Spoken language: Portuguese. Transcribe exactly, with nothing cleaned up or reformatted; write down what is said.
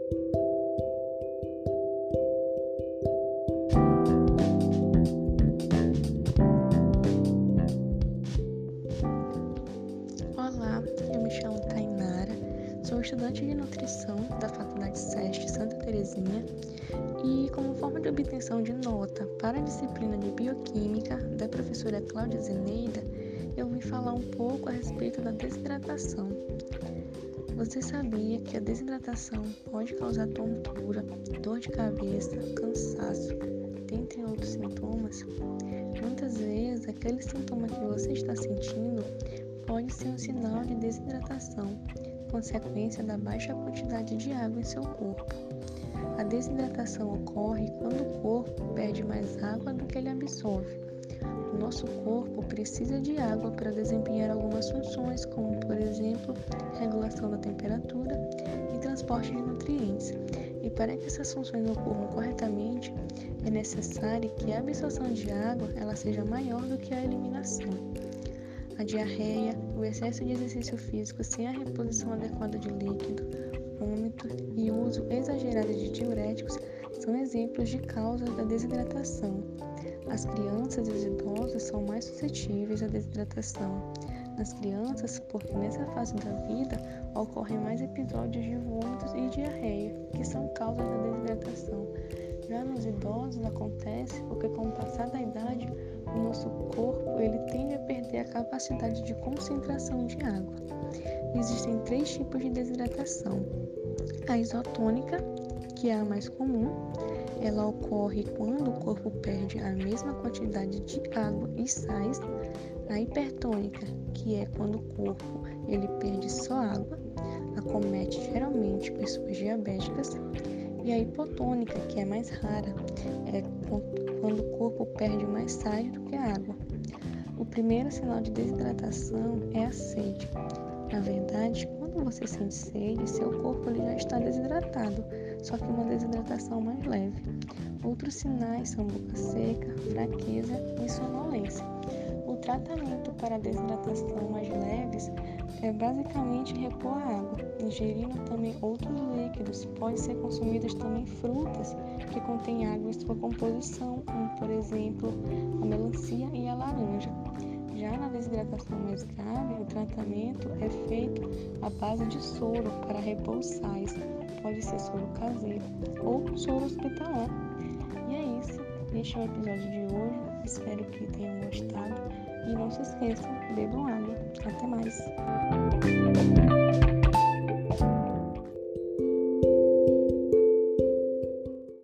Olá, eu me chamo Tainara, sou estudante de nutrição da Faculdade SESC Santa Terezinha e, como forma de obtenção de nota para a disciplina de Bioquímica da professora Cláudia Zeneida, eu vim falar um pouco a respeito da desidratação. Você sabia que a desidratação pode causar tontura, dor de cabeça, cansaço, dentre outros sintomas? Muitas vezes, aquele sintoma que você está sentindo pode ser um sinal de desidratação, consequência da baixa quantidade de água em seu corpo. A desidratação ocorre quando o corpo perde mais água do que ele absorve. O nosso corpo precisa de água para desempenhar algumas funções, como, por exemplo, regulação da temperatura e transporte de nutrientes. E para que essas funções ocorram corretamente, é necessário que a absorção de água ela seja maior do que a eliminação. A diarreia, o excesso de exercício físico sem a reposição adequada de líquido, vômito e uso exagerado de diuréticos são exemplos de causas da desidratação. As crianças e os idosos são mais suscetíveis à desidratação. Nas crianças, porque nessa fase da vida ocorrem mais episódios de vômitos e diarreia, que são causas da desidratação. Já nos idosos acontece porque, com o passar da idade, o nosso corpo ele tende a perder a capacidade de concentração de água. Existem três tipos de desidratação. A isotônica, que é a mais comum, ela ocorre quando o corpo perde a mesma quantidade de água e sais. A hipertônica, que é quando o corpo ele perde só água, acomete geralmente pessoas diabéticas. E a hipotônica, que é mais rara, é quando o corpo perde mais sais do que água. O primeiro sinal de desidratação é a sede. Na verdade, quando você sente sede, seu corpo ele já está desidratado, só que uma desidratação mais leve. Outros sinais são boca seca, fraqueza e sonolência. O tratamento para desidratação mais leves é basicamente repor a água, ingerindo também outros líquidos. Pode ser consumidas também frutas que contêm água em sua composição, como por exemplo a melancia e a laranja. Já na desidratação mais grave, o tratamento é feito à base de soro para repor os sais. Pode ser soro caseiro ou soro hospitalar. E é isso. Este é o episódio de hoje. Espero que tenham gostado. E não se esqueçam, bebam água. Até mais!